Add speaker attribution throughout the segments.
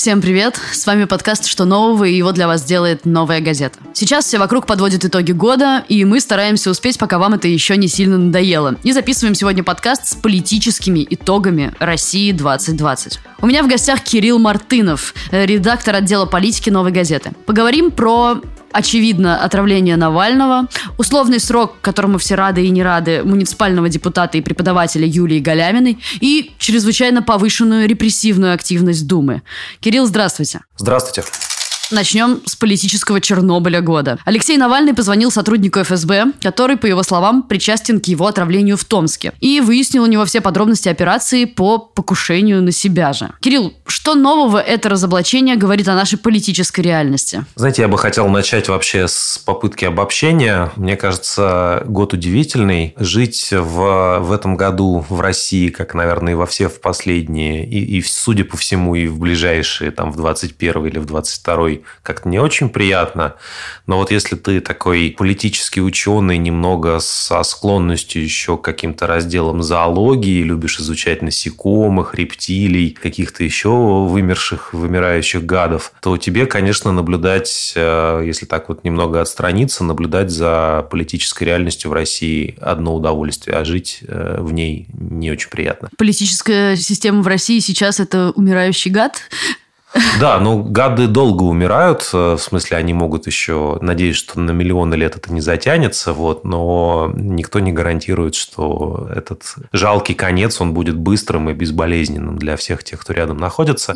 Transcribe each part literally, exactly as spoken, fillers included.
Speaker 1: Всем привет! С вами подкаст «Что нового?» и его для вас делает «Новая газета». Сейчас все вокруг подводят итоги года, и мы стараемся успеть, пока вам это еще не сильно надоело. И записываем сегодня подкаст с политическими итогами России двадцать двадцать. У меня в гостях Кирилл Мартынов, редактор отдела политики «Новой газеты». Поговорим про... очевидно, отравление Навального, условный срок, которому все рады и не рады, муниципального депутата и преподавателя Юлии Галяминой и чрезвычайно повышенную репрессивную активность Думы. Кирилл, здравствуйте.
Speaker 2: Здравствуйте.
Speaker 1: Начнем с политического Чернобыля года. Алексей Навальный позвонил сотруднику эф эс бэ, который, по его словам, причастен к его отравлению в Томске, и выяснил у него все подробности операции по покушению на себя же. Кирилл, что нового это разоблачение говорит о нашей политической реальности?
Speaker 2: Знаете, я бы хотел начать вообще с попытки обобщения. Мне кажется, год удивительный. Жить в, в этом году в России, как, наверное, и во все в последние, и, и, судя по всему, и в ближайшие, там, в двадцать первый или в двадцать второй, как-то не очень приятно. Но вот если ты такой политический ученый, немного со склонностью еще к каким-то разделам зоологии, любишь изучать насекомых, рептилий, каких-то еще вымерших, вымирающих гадов, то тебе, конечно, наблюдать, если так вот немного отстраниться, наблюдать за политической реальностью в России одно удовольствие, а жить в ней не очень приятно.
Speaker 1: Политическая система в России сейчас – это умирающий гад?
Speaker 2: Да, ну гады долго умирают, в смысле они могут еще, надеюсь, что на миллионы лет это не затянется, вот, но никто не гарантирует, что этот жалкий конец, он будет быстрым и безболезненным для всех тех, кто рядом находится.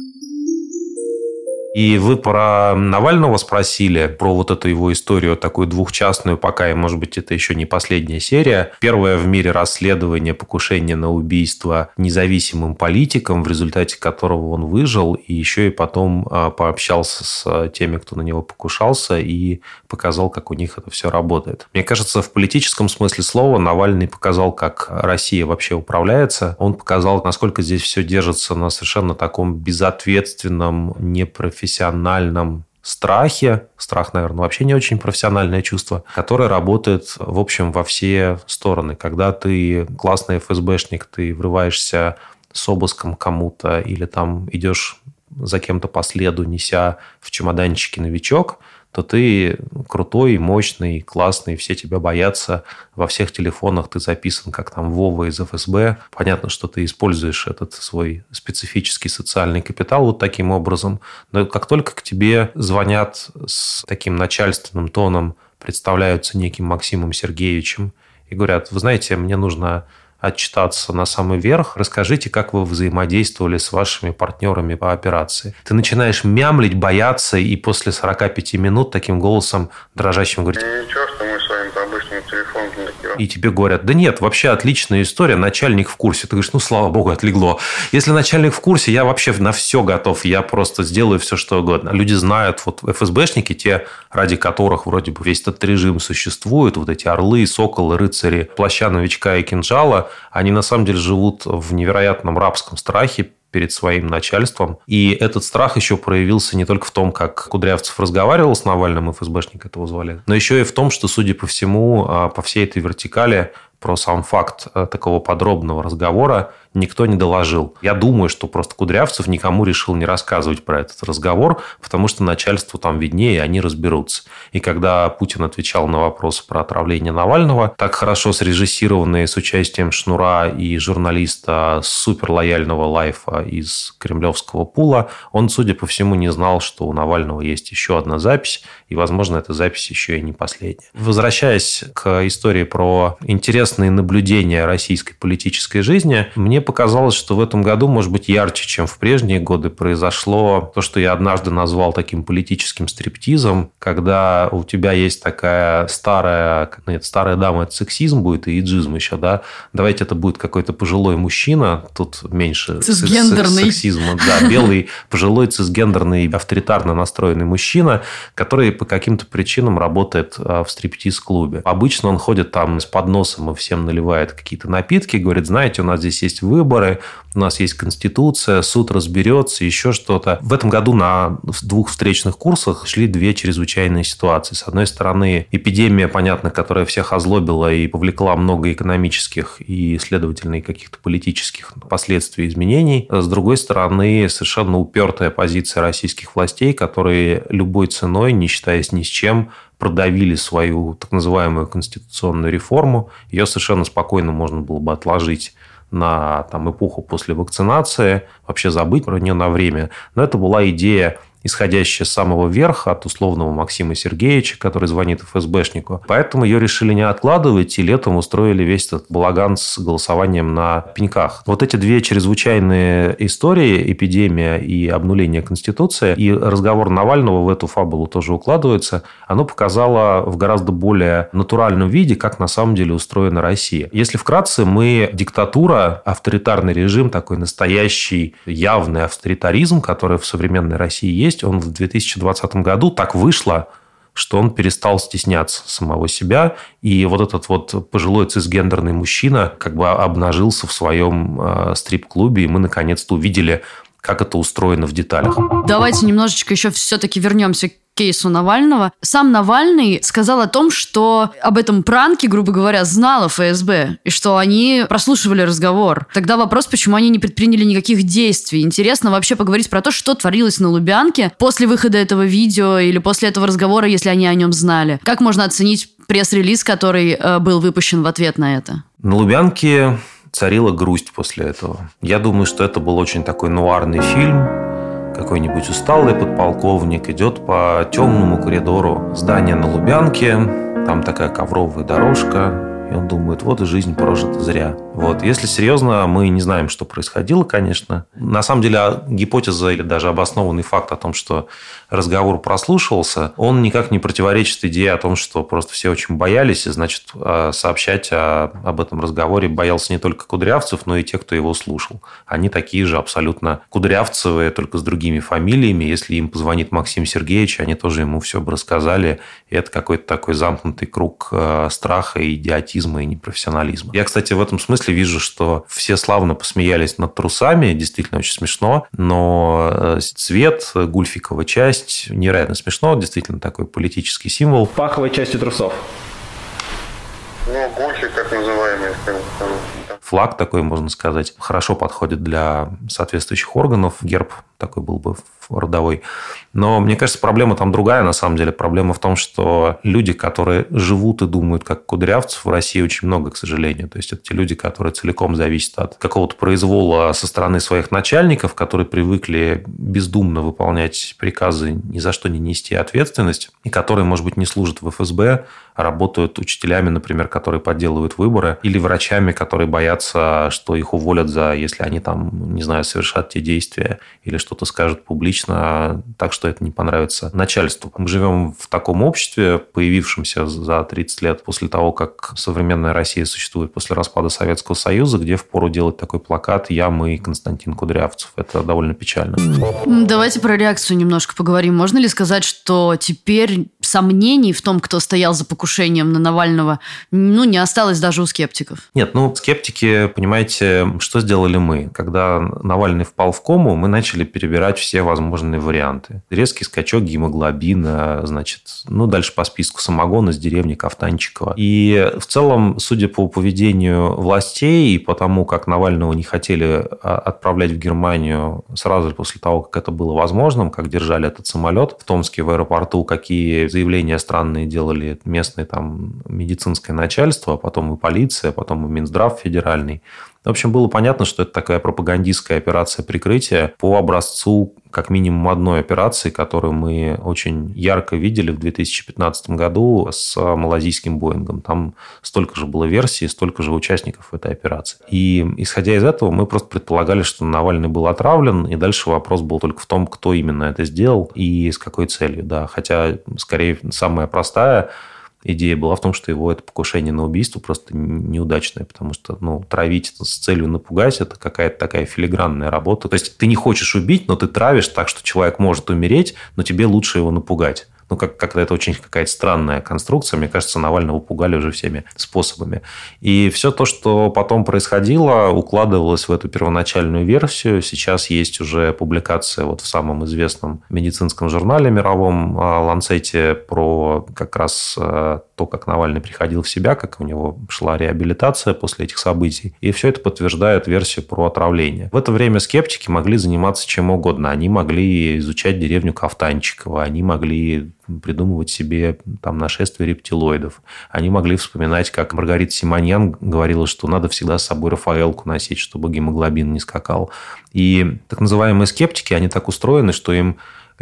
Speaker 2: И вы про Навального спросили, про вот эту его историю, такую двухчастную пока, и, может быть, это еще не последняя серия. Первое в мире расследование покушения на убийство независимым политиком, в результате которого он выжил, и еще и потом пообщался с теми, кто на него покушался, и показал, как у них это все работает. Мне кажется, в политическом смысле слова Навальный показал, как Россия вообще управляется. Он показал, насколько здесь все держится на совершенно таком безответственном, непрофессиональном, профессиональном страхе, страх, наверное, вообще не очень профессиональное чувство, которое работает, в общем, во все стороны. Когда ты классный эф эс бэшник, ты врываешься с обыском кому-то или там идешь за кем-то по следу, неся в чемоданчике новичок, то ты крутой, мощный, классный, все тебя боятся. Во всех телефонах ты записан как там Вова из эф эс бэ. Понятно, что ты используешь этот свой специфический социальный капитал вот таким образом. Но как только к тебе звонят с таким начальственным тоном, представляются неким Максимом Сергеевичем и говорят: вы знаете, мне нужно отчитаться на самый верх, расскажите, как вы взаимодействовали с вашими партнерами по операции. Ты начинаешь мямлить, бояться, и после сорока пяти минут таким голосом дрожащим говорить:
Speaker 3: ничего, что мы с вами по обычному телефону контактируем.
Speaker 2: И тебе говорят: да нет, вообще отличная история, начальник в курсе. Ты говоришь: ну, слава богу, отлегло. Если начальник в курсе, я вообще на все готов, я просто сделаю все, что угодно. Люди знают, вот эф эс бэшники, те, ради которых вроде бы весь этот режим существует, вот эти орлы, соколы, рыцари, плаща, новичка и кинжала, они на самом деле живут в невероятном рабском страхе перед своим начальством. И этот страх еще проявился не только в том, как Кудрявцев разговаривал с Навальным, эф эс бэшник этого звали, но еще и в том, что, судя по всему, по всей этой вертикали про сам факт такого подробного разговора никто не доложил. Я думаю, что просто Кудрявцев никому решил не рассказывать про этот разговор, потому что начальству там виднее, и они разберутся. И когда Путин отвечал на вопросы про отравление Навального, так хорошо срежиссированные с участием Шнура и журналиста суперлояльного Лайфа из кремлевского пула, он, судя по всему, не знал, что у Навального есть еще одна запись, и, возможно, эта запись еще и не последняя. Возвращаясь к истории про интересные наблюдения российской политической жизни, мне показалось, что в этом году, может быть, ярче, чем в прежние годы, произошло то, что я однажды назвал таким политическим стриптизом, когда у тебя есть такая старая, нет, старая дама, это сексизм будет, и иджизм еще, да, давайте это будет какой-то пожилой мужчина, тут меньше
Speaker 1: цисгендерный.
Speaker 2: Сексизма, да, белый, пожилой, цисгендерный, авторитарно настроенный мужчина, который по каким-то причинам работает в стриптиз-клубе. Обычно он ходит там с подносом и всем наливает какие-то напитки, говорит, знаете, у нас здесь есть выборы, у нас есть Конституция, суд разберется, еще что-то. В этом году на двух встречных курсах шли две чрезвычайные ситуации. С одной стороны, эпидемия, понятно, которая всех озлобила и повлекла много экономических и, следовательно, и каких-то политических последствий изменений. С другой стороны, совершенно упертая позиция российских властей, которые любой ценой, не считаясь ни с чем, продавили свою так называемую конституционную реформу. Ее совершенно спокойно можно было бы отложить на там, эпоху после вакцинации, вообще забыть про нее на время. Но это была идея, исходящая с самого верха, от условного Максима Сергеевича, который звонит эф эс бэшнику. Поэтому ее решили не откладывать, и летом устроили весь этот балаган с голосованием на пеньках. Вот эти две чрезвычайные истории, эпидемия и обнуление Конституции, и разговор Навального в эту фабулу тоже укладывается, оно показало в гораздо более натуральном виде, как на самом деле устроена Россия. Если вкратце, мы диктатура, авторитарный режим, такой настоящий явный авторитаризм, который в современной России есть, он в две тысячи двадцатом году так вышло, что он перестал стесняться самого себя. И вот этот вот пожилой цисгендерный мужчина как бы обнажился в своем э, стрип-клубе, и мы наконец-то увидели, как это устроено в деталях.
Speaker 1: Давайте немножечко еще все-таки вернемся к кейсу Навального. Сам Навальный сказал о том, что об этом пранке, грубо говоря, знал эф эс бэ, и что они прослушивали разговор. Тогда вопрос, почему они не предприняли никаких действий. Интересно вообще поговорить про то, что творилось на Лубянке после выхода этого видео или после этого разговора, если они о нем знали. Как можно оценить пресс-релиз, который э, был выпущен в ответ на это?
Speaker 2: На Лубянке царила грусть после этого. Я думаю, что это был очень такой нуарный фильм. Какой-нибудь усталый подполковник идет по темному коридору здания на Лубянке, там такая ковровая дорожка, и он думает, вот и жизнь прожита зря. Вот. Если серьезно, мы не знаем, что происходило, конечно. На самом деле, гипотеза или даже обоснованный факт о том, что разговор прослушивался, он никак не противоречит идее о том, что просто все очень боялись, и, значит, сообщать о, об этом разговоре боялся не только Кудрявцев, но и те, кто его слушал. Они такие же абсолютно кудрявцевые, только с другими фамилиями. Если им позвонит Максим Сергеевич, они тоже ему все бы рассказали. И это какой-то такой замкнутый круг страха, идиотизма и непрофессионализма. Я, кстати, в этом смысле вижу, что все славно посмеялись над трусами, действительно очень смешно, но цвет, гульфикова часть, невероятно смешно, действительно такой политический символ.
Speaker 4: Паховой частью трусов.
Speaker 3: Ну, гульфик, так называемый.
Speaker 2: Флаг такой, можно сказать, хорошо подходит для соответствующих органов. Герб такой был бы родовой. Но мне кажется, проблема там другая, на самом деле. Проблема в том, что люди, которые живут и думают как Кудрявцев, в России очень много, к сожалению. То есть, это те люди, которые целиком зависят от какого-то произвола со стороны своих начальников, которые привыкли бездумно выполнять приказы, ни за что не нести ответственность, и которые, может быть, не служат в эф эс бэ, а работают учителями, например, которые подделывают выборы, или врачами, которые боятся, что их уволят за, если они там, не знаю, совершат те действия или что-то скажут публично, так что это не понравится начальству. Мы живем в таком обществе, появившемся за тридцать лет после того, как современная Россия существует после распада Советского Союза, где впору делать такой плакат «Я, мы, Константин Кудрявцев». Это довольно печально.
Speaker 1: Давайте про реакцию немножко поговорим. Можно ли сказать, что теперь сомнений в том, кто стоял за покушением на Навального, ну, не осталось даже у скептиков?
Speaker 2: Нет, ну, скептики, понимаете, что сделали мы? Когда Навальный впал в кому, мы начали перебирать все возможные варианты. Резкий скачок гемоглобина, значит, ну, дальше по списку самогон из деревни Кафтанчикова. И в целом, судя по поведению властей и по тому, как Навального не хотели отправлять в Германию сразу после того, как это было возможным, как держали этот самолет в Томске в аэропорту, какие заявления странные делали местное там медицинское начальство, а потом и полиция, а потом и Минздрав федеральный. В общем, было понятно, что это такая пропагандистская операция прикрытия по образцу как минимум одной операции, которую мы очень ярко видели в две тысячи пятнадцатом году с малазийским Боингом. Там столько же было версий, столько же участников этой операции. И исходя из этого, мы просто предполагали, что Навальный был отравлен, и дальше вопрос был только в том, кто именно это сделал и с какой целью. Да. Хотя, скорее, самая простая идея была в том, что его это покушение на убийство просто неудачное, потому что, ну, травить с целью напугать – это какая-то такая филигранная работа. То есть, ты не хочешь убить, но ты травишь так, что человек может умереть, но тебе лучше его напугать. Ну, как, как это очень какая-то странная конструкция. Мне кажется, Навального пугали уже всеми способами. И все то, что потом происходило, укладывалось в эту первоначальную версию. Сейчас есть уже публикация вот в самом известном медицинском журнале мировом «Ланцете» про как раз то, как Навальный приходил в себя, как у него шла реабилитация после этих событий. И все это подтверждает версию про отравление. В это время скептики могли заниматься чем угодно. Они могли изучать деревню Кафтанчиково, они могли придумывать себе там нашествие рептилоидов. Они могли вспоминать, как Маргарита Симоньян говорила, что надо всегда с собой Рафаэлку носить, чтобы гемоглобин не скакал. И так называемые скептики, они так устроены, что им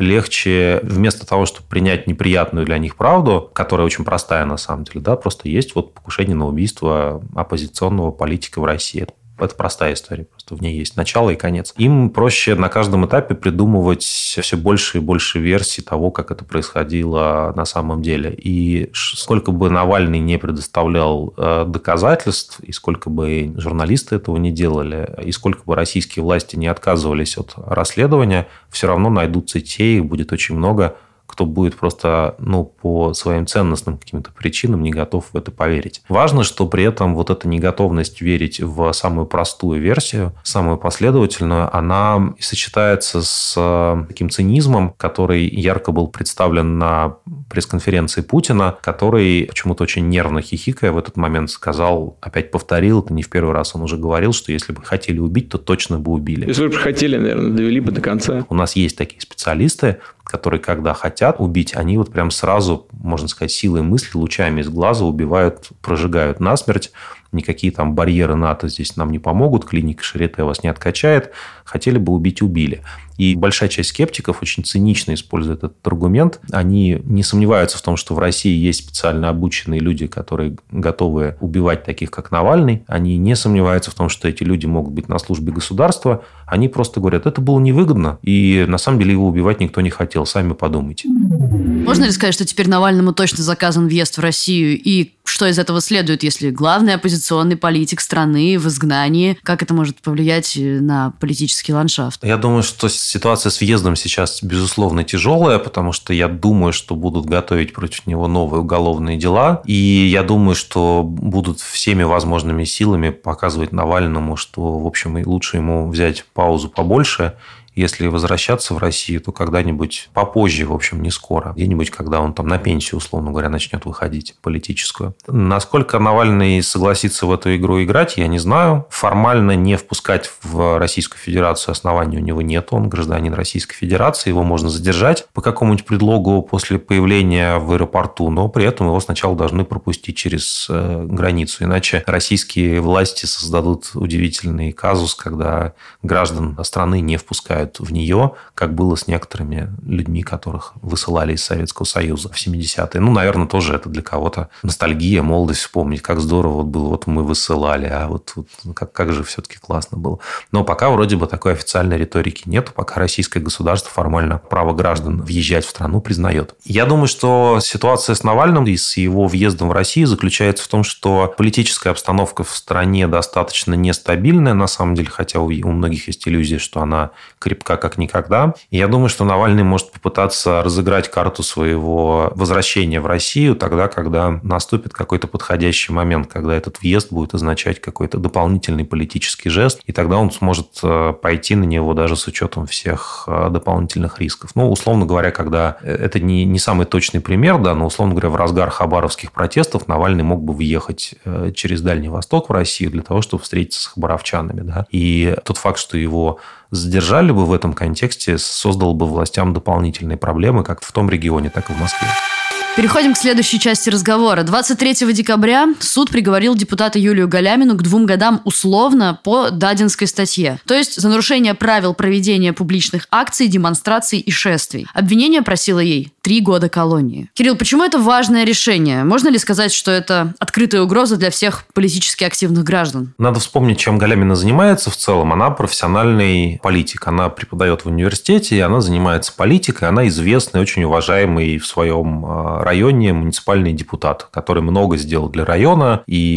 Speaker 2: легче вместо того, чтобы принять неприятную для них правду, которая очень простая на самом деле, да, просто есть вот покушение на убийство оппозиционного политика в России. Это простая история, просто в ней есть начало и конец. Им проще на каждом этапе придумывать все больше и больше версий того, как это происходило на самом деле. И сколько бы Навальный не предоставлял доказательств, и сколько бы журналисты этого не делали, и сколько бы российские власти не отказывались от расследования, все равно найдутся те, их будет очень много, кто будет просто, ну, по своим ценностным каким-то причинам не готов в это поверить. Важно, что при этом вот эта неготовность верить в самую простую версию, самую последовательную, она сочетается с таким цинизмом, который ярко был представлен на пресс-конференции Путина, который почему-то очень нервно хихикая в этот момент сказал, опять повторил, это не в первый раз он уже говорил, что если бы хотели убить, то точно бы убили.
Speaker 4: Если бы хотели, наверное, довели бы до конца.
Speaker 2: У нас есть такие специалисты, которые, когда хотят убить, они вот прям сразу, можно сказать, силой мысли, лучами из глаза убивают, прожигают насмерть. Никакие там барьеры НАТО здесь нам не помогут, клиника Шарите вас не откачает. Хотели бы убить – убили. И большая часть скептиков очень цинично использует этот аргумент. Они не сомневаются в том, что в России есть специально обученные люди, которые готовы убивать таких, как Навальный. Они не сомневаются в том, что эти люди могут быть на службе государства. Они просто говорят, это было невыгодно. И на самом деле его убивать никто не хотел. Сами подумайте.
Speaker 1: Можно ли сказать, что теперь Навальному точно заказан въезд в Россию? И что из этого следует, если главный оппозиционный политик страны в изгнании? Как это может повлиять на политический ландшафт?
Speaker 2: Я думаю, что ситуация с въездом сейчас, безусловно, тяжелая, потому что я думаю, что будут готовить против него новые уголовные дела. И я думаю, что будут всеми возможными силами показывать Навальному, что, в общем, лучше ему взять паузу побольше. Если возвращаться в Россию, то когда-нибудь попозже, в общем, не скоро. Где-нибудь, когда он там на пенсию, условно говоря, начнет выходить политическую. Насколько Навальный согласится в эту игру играть, я не знаю. Формально не впускать в Российскую Федерацию оснований у него нет. Он гражданин Российской Федерации. Его можно задержать по какому-нибудь предлогу после появления в аэропорту, но при этом его сначала должны пропустить через границу. Иначе российские власти создадут удивительный казус, когда граждан страны не впускают в нее, как было с некоторыми людьми, которых высылали из Советского Союза в семидесятые. Ну, наверное, тоже это для кого-то ностальгия, молодость вспомнить, как здорово вот было, вот мы высылали, а вот, вот как, как же все-таки классно было. Но пока вроде бы такой официальной риторики нет, пока российское государство формально право граждан въезжать в страну признает. Я думаю, что ситуация с Навальным и с его въездом в Россию заключается в том, что политическая обстановка в стране достаточно нестабильная, на самом деле, хотя у многих есть иллюзия, что она крепка как никогда. И я думаю, что Навальный может попытаться разыграть карту своего возвращения в Россию тогда, когда наступит какой-то подходящий момент, когда этот въезд будет означать какой-то дополнительный политический жест, и тогда он сможет пойти на него даже с учетом всех дополнительных рисков. Ну, условно говоря, когда это не, не самый точный пример, да, но, условно говоря, в разгар хабаровских протестов Навальный мог бы въехать через Дальний Восток в Россию для того, чтобы встретиться с хабаровчанами. Да? И тот факт, что его задержали бы в этом контексте, создал бы властям дополнительные проблемы как в том регионе, так и в Москве.
Speaker 1: Переходим к следующей части разговора. двадцать третьего декабря суд приговорил депутата Юлию Галямину к двум годам условно по Дадинской статье. То есть за нарушение правил проведения публичных акций, демонстраций и шествий. Обвинение просило ей три года колонии. Кирилл, почему это важное решение? Можно ли сказать, что это открытая угроза для всех политически активных граждан?
Speaker 2: Надо вспомнить, чем Галямина занимается в целом. Она профессиональный политик. Она преподает в университете, и она занимается политикой. Она известный, очень уважаемый в своем районе муниципальный депутат, который много сделал для района и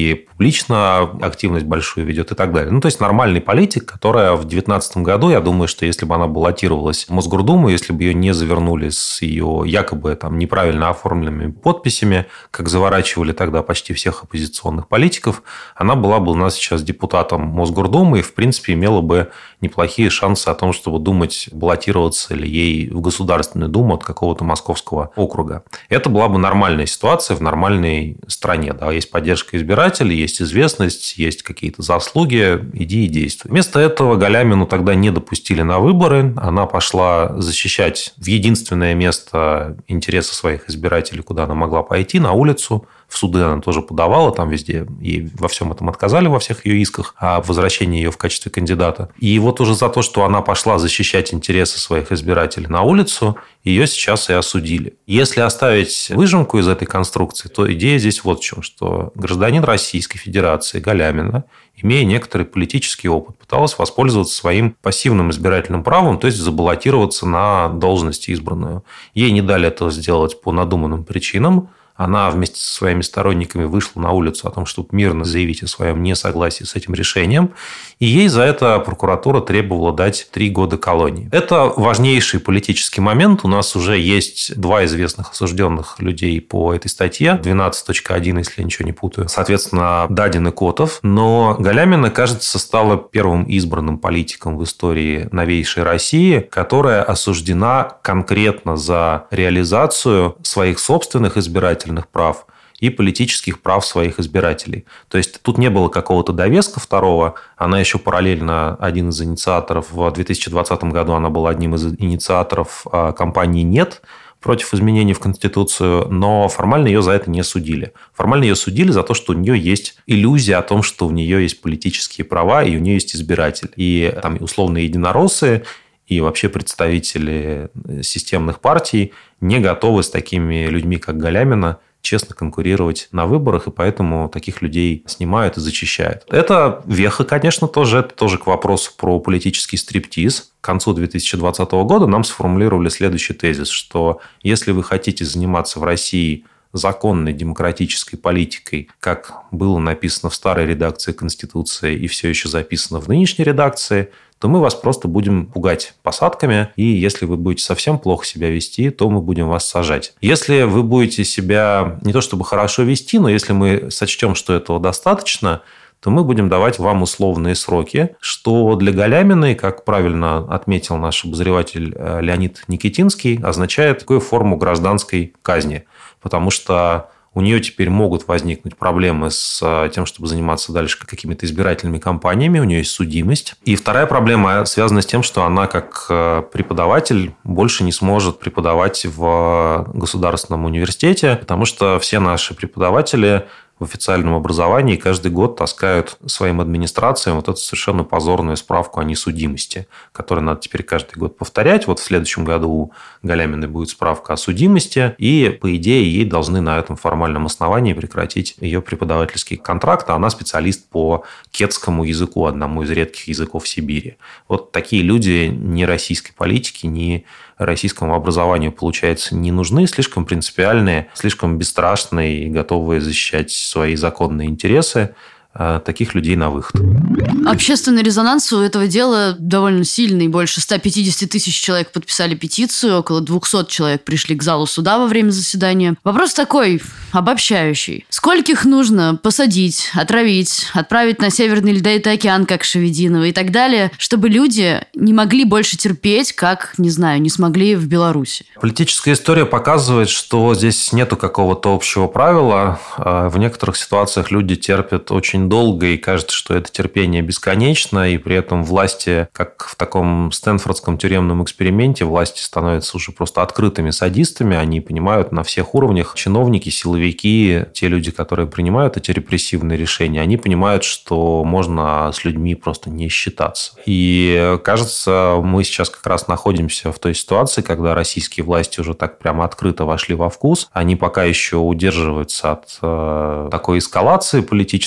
Speaker 2: лично активность большую ведет и так далее. Ну, то есть нормальный политик, которая в две тысячи девятнадцатом году, я думаю, что если бы она баллотировалась в Мосгордуму, если бы ее не завернули с ее якобы там неправильно оформленными подписями, как заворачивали тогда почти всех оппозиционных политиков, она была бы у нас сейчас депутатом Мосгордумы и, в принципе, имела бы неплохие шансы о том, чтобы думать, баллотироваться ли ей в Государственную Думу от какого-то московского округа. Это была бы нормальная ситуация в нормальной стране. Да, есть поддержка избирателей, есть известность, есть какие-то заслуги, иди и действуй. Вместо этого Галямину тогда не допустили на выборы. Она пошла защищать в единственное место интересы своих избирателей, куда она могла пойти, на улицу. В суды она тоже подавала, там везде ей во всем этом отказали, во всех ее исках о возвращении ее в качестве кандидата. И вот уже за то, что она пошла защищать интересы своих избирателей на улицу, ее сейчас и осудили. Если оставить выжимку из этой конструкции, то идея здесь вот в чем, что гражданин Российской Федерации Галямина, имея некоторый политический опыт, пыталась воспользоваться своим пассивным избирательным правом, то есть забаллотироваться на должность избранную. Ей не дали этого сделать по надуманным причинам. Она вместе со своими сторонниками вышла на улицу о том, чтобы мирно заявить о своем несогласии с этим решением. И ей за это прокуратура требовала дать три года колонии. Это важнейший политический момент. У нас уже есть два известных осужденных людей по этой статье. двенадцать точка один, если я ничего не путаю. Соответственно, Дадин и Котов. Но Галямина, кажется, стала первым избранным политиком в истории новейшей России, которая осуждена конкретно за реализацию своих собственных избирательных прав и политических прав своих избирателей. То есть тут не было какого-то довеска второго. Она еще параллельно один из инициаторов. В две тысячи двадцатом году она была одним из инициаторов кампании «Нет» против изменений в Конституцию, но формально ее за это не судили. Формально ее судили за то, что у нее есть иллюзия о том, что у нее есть политические права и у нее есть избиратель. И там условные единороссы и вообще представители системных партий не готовы с такими людьми, как Галямина, честно конкурировать на выборах, и поэтому таких людей снимают и зачищают. Это веха, конечно, тоже. Это тоже к вопросу про политический стриптиз. К концу две тысячи двадцатого года нам сформулировали следующий тезис, что если вы хотите заниматься в России законной демократической политикой, как было написано в старой редакции Конституции и все еще записано в нынешней редакции, то мы вас просто будем пугать посадками, и если вы будете совсем плохо себя вести, то мы будем вас сажать. Если вы будете себя не то чтобы хорошо вести, но если мы сочтем, что этого достаточно, то мы будем давать вам условные сроки, что для Галяминой, как правильно отметил наш обозреватель Леонид Никитинский, означает такую форму гражданской казни. Потому что у нее теперь могут возникнуть проблемы с тем, чтобы заниматься дальше какими-то избирательными кампаниями, у нее есть судимость. И вторая проблема связана с тем, что она как преподаватель больше не сможет преподавать в государственном университете, потому что все наши преподаватели в официальном образовании каждый год таскают своим администрациям вот эту совершенно позорную справку о несудимости, которую надо теперь каждый год повторять. Вот в следующем году у Галяминой будет справка о судимости, и, по идее, ей должны на этом формальном основании прекратить ее преподавательский контракт, а она специалист по кетскому языку, одному из редких языков Сибири. Вот такие люди ни российской политики, ни российскому образованию, получается, не нужны, слишком принципиальные, слишком бесстрашные и готовые защищать свои законные интересы. Таких людей на выход.
Speaker 1: Общественный резонанс у этого дела довольно сильный. Больше ста пятидесяти тысяч человек подписали петицию, около двухсот человек пришли к залу суда во время заседания. Вопрос такой, обобщающий. Скольких нужно посадить, отравить, отправить на Северный Ледовитый океан, как Шевединова и так далее, чтобы люди не могли больше терпеть, как, не знаю, не смогли в Беларуси?
Speaker 2: Политическая история показывает, что здесь нету какого-то общего правила. В некоторых ситуациях люди терпят очень долго, и кажется, что это терпение бесконечно, и при этом власти, как в таком стэнфордском тюремном эксперименте, власти становятся уже просто открытыми садистами, они понимают на всех уровнях, чиновники, силовики, те люди, которые принимают эти репрессивные решения, они понимают, что можно с людьми просто не считаться. И кажется, мы сейчас как раз находимся в той ситуации, когда российские власти уже так прямо открыто вошли во вкус, они пока еще удерживаются от э, такой эскалации политического преследования,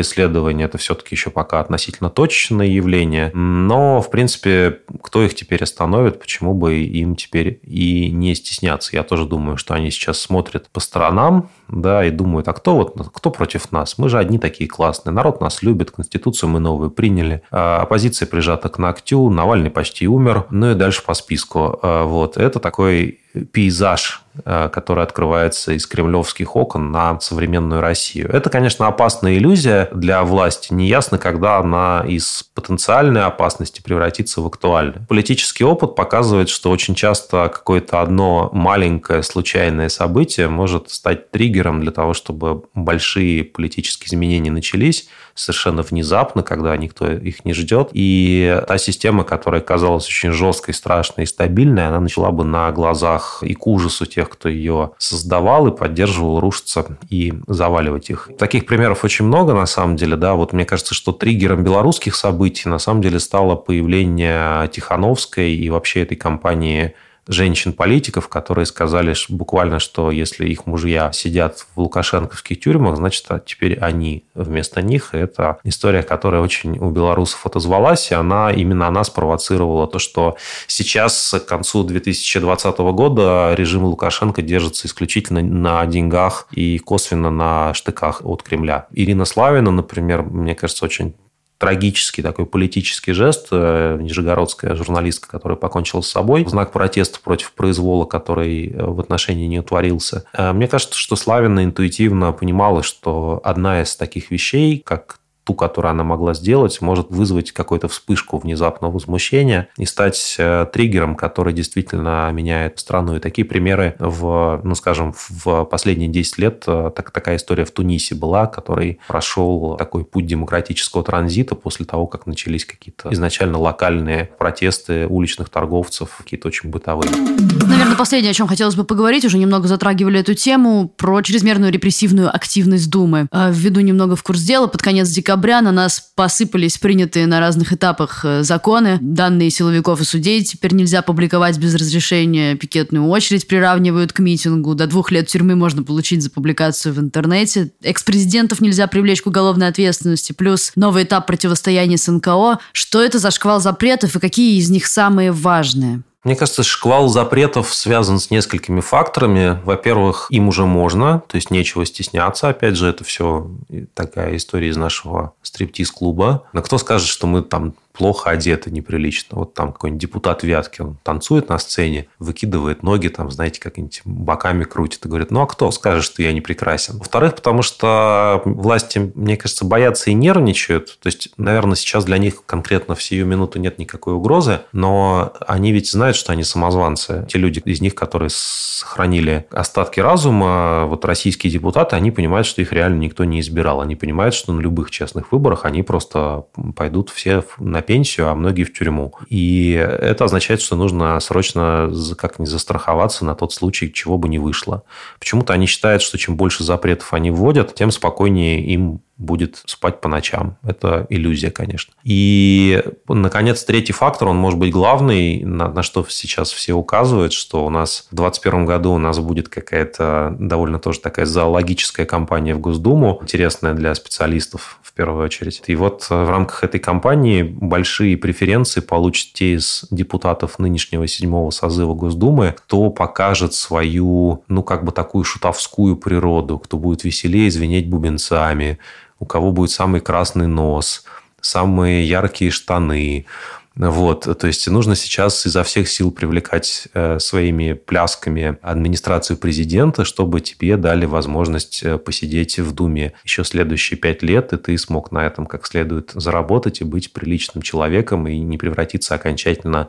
Speaker 2: исследования – это все-таки еще пока относительно точечное явление. Но, в принципе, кто их теперь остановит, почему бы им теперь и не стесняться? Я тоже думаю, что они сейчас смотрят по сторонам, да, и думают, а кто, вот, кто против нас? Мы же одни такие классные. Народ нас любит, Конституцию мы новую приняли, оппозиция прижата к ногтю, Навальный почти умер, ну и дальше по списку. Вот. Это такой пейзаж, который открывается из кремлевских окон на современную Россию. Это, конечно, опасная иллюзия для власти. Неясно, когда она из потенциальной опасности превратится в актуальную. Политический опыт показывает, что очень часто какое-то одно маленькое случайное событие может стать триггером для того, чтобы большие политические изменения начались совершенно внезапно, когда никто их не ждет. И та система, которая казалась очень жесткой, страшной и стабильной, она начала бы на глазах и к ужасу тех, кто ее создавал и поддерживал, рушиться и заваливать их. Таких примеров очень много, на самом деле. Да? Вот мне кажется, что триггером белорусских событий на самом деле стало появление Тихановской и вообще этой кампании женщин-политиков, которые сказали буквально, что если их мужья сидят в лукашенковских тюрьмах, значит, теперь они вместо них. Это история, которая очень у белорусов отозвалась, и она, именно она спровоцировала то, что сейчас, к концу две тысячи двадцатого года, режим Лукашенко держится исключительно на деньгах и косвенно на штыках от Кремля. Ирина Славина, например, мне кажется, очень трагический такой политический жест. Нижегородская журналистка, которая покончила с собой в знак протеста против произвола, который в отношении нее творился. Мне кажется, что Славина интуитивно понимала, что одна из таких вещей, как ту, которую она могла сделать, может вызвать какую-то вспышку внезапного возмущения и стать триггером, который действительно меняет страну. И такие примеры в, ну, скажем, в последние десять лет так, такая история в Тунисе была, который прошел такой путь демократического транзита после того, как начались какие-то изначально локальные протесты уличных торговцев, какие-то очень бытовые.
Speaker 1: Наверное, последнее, о чем хотелось бы поговорить, уже немного затрагивали эту тему, про чрезмерную репрессивную активность Думы. Введу немного в курс дела. Под конец декабря на нас посыпались принятые на разных этапах законы. Данные силовиков и судей теперь нельзя публиковать без разрешения. Пикетную очередь приравнивают к митингу. До двух лет тюрьмы можно получить за публикацию в интернете. Экс-президентов нельзя привлечь к уголовной ответственности. Плюс новый этап противостояния с эн ка о. Что это за шквал запретов и какие из них самые важные?
Speaker 2: Мне кажется, шквал запретов связан с несколькими факторами. Во-первых, им уже можно, то есть нечего стесняться. Опять же, это все такая история из нашего стриптиз-клуба. Но кто скажет, что мы там плохо одеты, неприлично. Вот там какой-нибудь депутат Вятки, он танцует на сцене, выкидывает ноги, там, знаете, как-нибудь боками крутит и говорит, ну, а кто скажет, что я не прекрасен? Во-вторых, потому что власти, мне кажется, боятся и нервничают. То есть, наверное, сейчас для них конкретно в сию минуту нет никакой угрозы, но они ведь знают, что они самозванцы. Те люди из них, которые сохранили остатки разума, вот российские депутаты, они понимают, что их реально никто не избирал. Они понимают, что на любых честных выборах они просто пойдут все на пенсию, а многие в тюрьму. И это означает, что нужно срочно как-нибудь застраховаться на тот случай, чего бы не вышло. Почему-то они считают, что чем больше запретов они вводят, тем спокойнее им будет спать по ночам. Это иллюзия, конечно. И, наконец, третий фактор, он может быть главный, на, на что сейчас все указывают, что у нас в двадцать первом году у нас будет какая-то довольно тоже такая зоологическая кампания в Госдуму, интересная для специалистов в первую очередь. И вот в рамках этой кампании большие преференции получат те из депутатов нынешнего седьмого созыва Госдумы, кто покажет свою, ну, как бы такую шутовскую природу, кто будет веселее звенеть бубенцами, у кого будет самый красный нос, самые яркие штаны. Вот, то есть нужно сейчас изо всех сил привлекать э, своими плясками администрацию президента, чтобы тебе дали возможность посидеть в Думе еще следующие пять лет, и ты смог на этом как следует заработать и быть приличным человеком, и не превратиться окончательно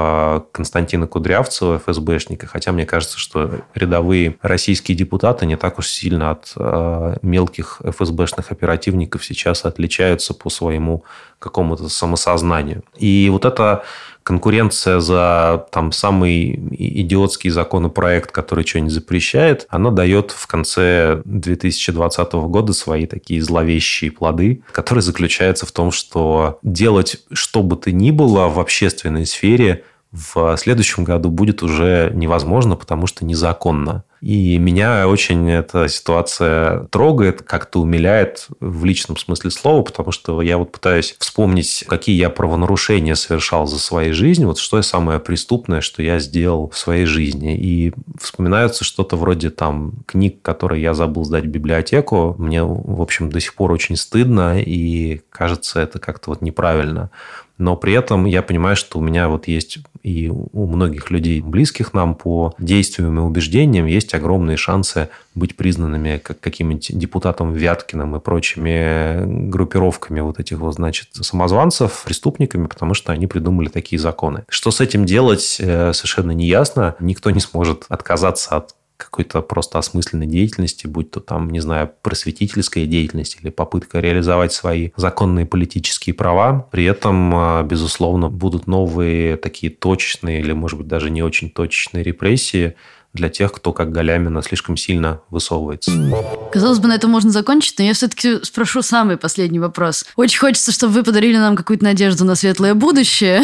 Speaker 2: в Константина Кудрявцева, эф эс бэшника. Хотя мне кажется, что рядовые российские депутаты не так уж сильно от э, мелких эф эс бэшных оперативников сейчас отличаются по своему какому-то самосознанию. И вот эта конкуренция за там, самый идиотский законопроект, который что-нибудь запрещает, она дает в конце две тысячи двадцатого года свои такие зловещие плоды, которые заключаются в том, что делать что бы то ни было в общественной сфере в следующем году будет уже невозможно, потому что незаконно. И меня очень эта ситуация трогает, как-то умиляет в личном смысле слова, потому что я вот пытаюсь вспомнить, какие я правонарушения совершал за своей жизнью, вот что я самое преступное, что я сделал в своей жизни. И вспоминается что-то вроде там книг, которые я забыл сдать в библиотеку. Мне, в общем, до сих пор очень стыдно, и кажется, это как-то вот неправильно. Но при этом я понимаю, что у меня вот есть и у многих людей, близких нам по действиям и убеждениям, есть огромные шансы быть признанными как каким-нибудь депутатом Вяткиным и прочими группировками вот этих вот, значит, самозванцев, преступниками, потому что они придумали такие законы. Что с этим делать, совершенно неясно. Никто не сможет отказаться от какой-то просто осмысленной деятельности, будь то там, не знаю, просветительская деятельность или попытка реализовать свои законные политические права. При этом, безусловно, будут новые такие точечные или, может быть, даже не очень точечные репрессии для тех, кто, как Галямина, слишком сильно высовывается.
Speaker 1: Казалось бы, на этом можно закончить, но я все-таки спрошу самый последний вопрос. Очень хочется, чтобы вы подарили нам какую-то надежду на светлое будущее.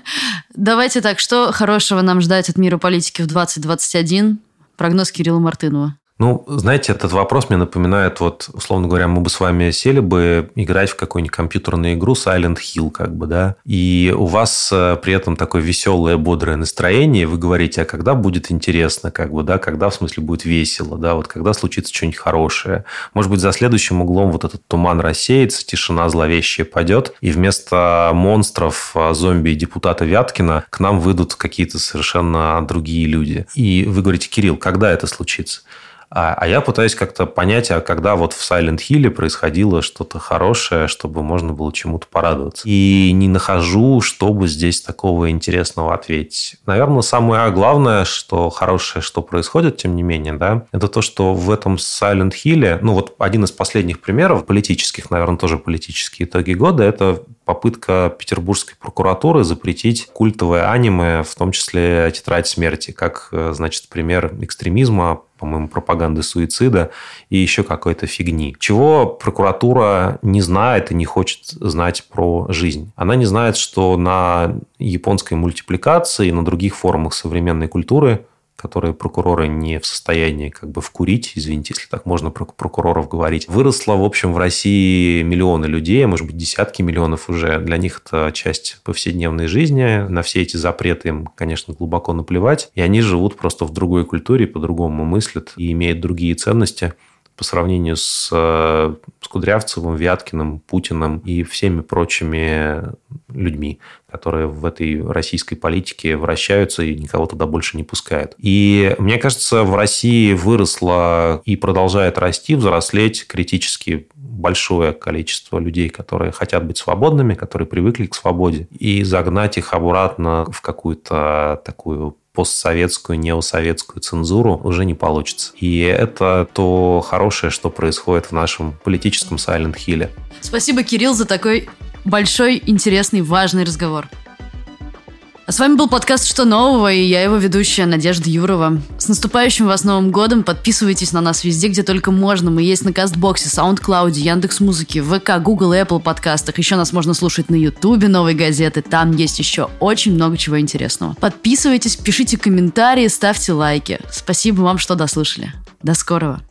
Speaker 1: Давайте так, что хорошего нам ждать от мира политики в двадцать двадцать один? Прогноз Кирилла Мартынова.
Speaker 2: Ну, знаете, этот вопрос мне напоминает, вот, условно говоря, мы бы с вами сели бы играть в какую-нибудь компьютерную игру Silent Hill, как бы, да, и у вас при этом такое веселое, бодрое настроение, и вы говорите, а когда будет интересно, как бы, да, когда, в смысле, будет весело, да, вот когда случится что-нибудь хорошее. Может быть, за следующим углом вот этот туман рассеется, тишина зловещая падет, и вместо монстров, зомби и депутата Вяткина к нам выйдут какие-то совершенно другие люди. И вы говорите, Кирилл, когда это случится? А, а я пытаюсь как-то понять, а когда вот в Silent Hill происходило что-то хорошее, чтобы можно было чему-то порадоваться. И не нахожу, чтобы здесь такого интересного ответить. Наверное, самое главное, что хорошее, что происходит, тем не менее, да, это то, что в этом Silent Hill, ну вот один из последних примеров политических, наверное, тоже политические итоги года, это попытка петербургской прокуратуры запретить культовое аниме, в том числе «Тетрадь смерти», как, значит, пример экстремизма, по-моему, пропаганды суицида и еще какой-то фигни. Чего прокуратура не знает и не хочет знать про жизнь. Она не знает, что на японской мультипликации и на других формах современной культуры, которые прокуроры не в состоянии как бы вкурить, извините, если так можно про прокуроров говорить, выросло, в общем, в России миллионы людей, может быть, десятки миллионов уже. Для них это часть повседневной жизни. На все эти запреты им, конечно, глубоко наплевать. И они живут просто в другой культуре, по-другому мыслят и имеют другие ценности по сравнению с, с Кудрявцевым, Вяткиным, Путиным и всеми прочими людьми, которые в этой российской политике вращаются и никого туда больше не пускают. И мне кажется, в России выросло и продолжает расти, взрослеть критически большое количество людей, которые хотят быть свободными, которые привыкли к свободе, и загнать их обратно в какую-то такую постсоветскую, неосоветскую цензуру уже не получится. И это то хорошее, что происходит в нашем политическом Silent Hill.
Speaker 1: Спасибо, Кирилл, за такой большой, интересный, важный разговор. А с вами был подкаст «Что нового?» и я его ведущая Надежда Юрова. С наступающим вас Новым годом! Подписывайтесь на нас везде, где только можно. Мы есть на Кастбоксе, Саундклауде, Яндекс.Музыке, ВК, Google и Apple подкастах. Еще нас можно слушать на Ютубе «Новой газеты». Там есть еще очень много чего интересного. Подписывайтесь, пишите комментарии, ставьте лайки. Спасибо вам, что дослушали. До скорого!